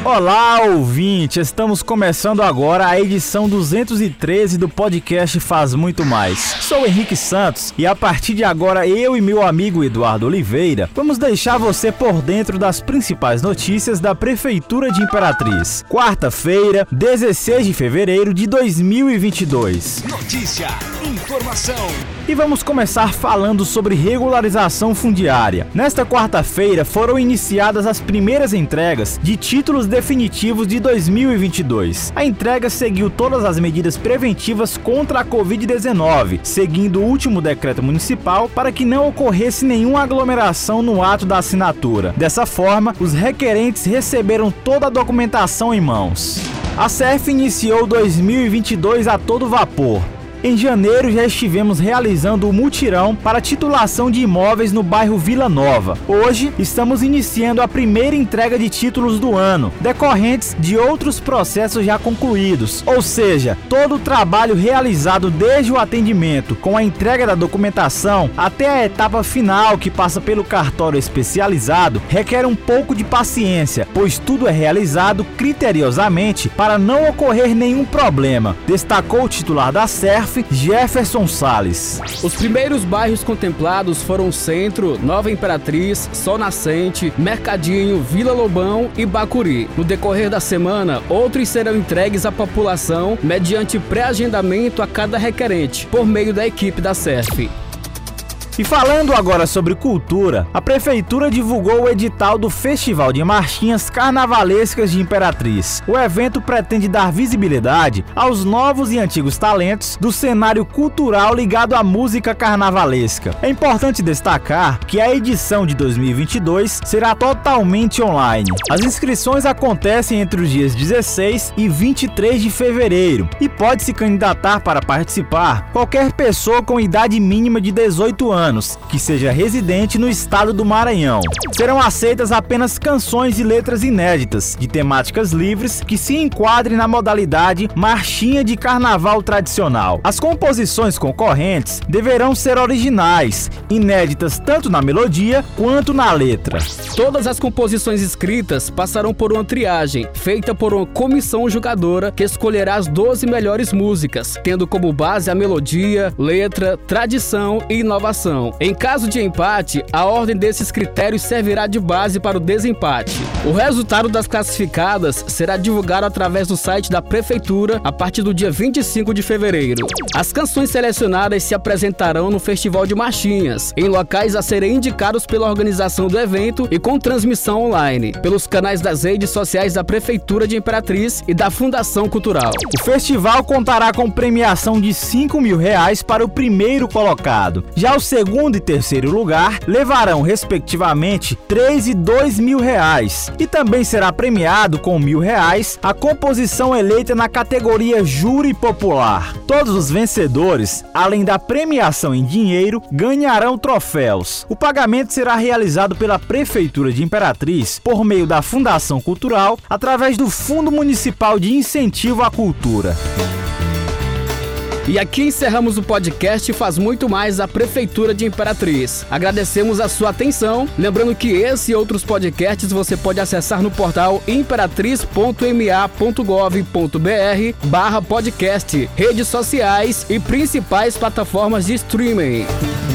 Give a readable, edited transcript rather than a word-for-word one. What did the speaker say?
Olá, ouvinte! Estamos começando agora a edição 213 do podcast Faz Muito Mais. Sou Henrique Santos e a partir de agora eu e meu amigo Eduardo Oliveira vamos deixar você por dentro das principais notícias da Prefeitura de Imperatriz. Quarta-feira, 16 de fevereiro de 2022. Notícia, informação. E vamos começar falando sobre regularização fundiária. Nesta quarta-feira foram iniciadas as primeiras entregas de títulos definitivos de 2022. A entrega seguiu todas as medidas preventivas contra a Covid-19, seguindo o último decreto municipal para que não ocorresse nenhuma aglomeração no ato da assinatura. Dessa forma, os requerentes receberam toda a documentação em mãos. A CERF iniciou 2022 a todo vapor. Em janeiro já estivemos realizando o mutirão para titulação de imóveis no bairro Vila Nova. Hoje estamos iniciando a primeira entrega de títulos do ano, decorrentes de outros processos já concluídos. Ou seja, todo o trabalho realizado desde o atendimento com a entrega da documentação até a etapa final que passa pelo cartório especializado requer um pouco de paciência, pois tudo é realizado criteriosamente para não ocorrer nenhum problema, destacou o titular da CERF, Jefferson Salles. Os primeiros bairros contemplados foram Centro, Nova Imperatriz, Sol Nascente, Mercadinho, Vila Lobão e Bacuri. No decorrer da semana, outros serão entregues à população mediante pré-agendamento a cada requerente, por meio da equipe da CERF. E falando agora sobre cultura, a Prefeitura divulgou o edital do Festival de Marchinhas Carnavalescas de Imperatriz. O evento pretende dar visibilidade aos novos e antigos talentos do cenário cultural ligado à música carnavalesca. É importante destacar que a edição de 2022 será totalmente online. As inscrições acontecem entre os dias 16 e 23 de fevereiro e pode se candidatar para participar qualquer pessoa com idade mínima de 18 anos. Que seja residente no estado do Maranhão. Serão aceitas apenas canções e letras inéditas, de temáticas livres, que se enquadrem na modalidade marchinha de carnaval tradicional. As composições concorrentes deverão ser originais, inéditas tanto na melodia quanto na letra. Todas as composições escritas passarão por uma triagem, feita por uma comissão julgadora que escolherá as 12 melhores músicas, tendo como base a melodia, letra, tradição e inovação. Em caso de empate, a ordem desses critérios servirá de base para o desempate. O resultado das classificadas será divulgado através do site da Prefeitura a partir do dia 25 de fevereiro. As canções selecionadas se apresentarão no Festival de Marchinhas, em locais a serem indicados pela organização do evento e com transmissão online, pelos canais das redes sociais da Prefeitura de Imperatriz e da Fundação Cultural. O festival contará com premiação de R$5 mil para o primeiro colocado. Já o segundo e terceiro lugar levarão, respectivamente, R$3 e R$2 mil. E também será premiado com R$1.000 a composição eleita na categoria Júri Popular. Todos os vencedores, além da premiação em dinheiro, ganharão troféus. O pagamento será realizado pela Prefeitura de Imperatriz por meio da Fundação Cultural, através do Fundo Municipal de Incentivo à Cultura. E aqui encerramos o podcast Faz Muito Mais da Prefeitura de Imperatriz. Agradecemos a sua atenção. Lembrando que esse e outros podcasts você pode acessar no portal imperatriz.ma.gov.br/podcast, redes sociais e principais plataformas de streaming.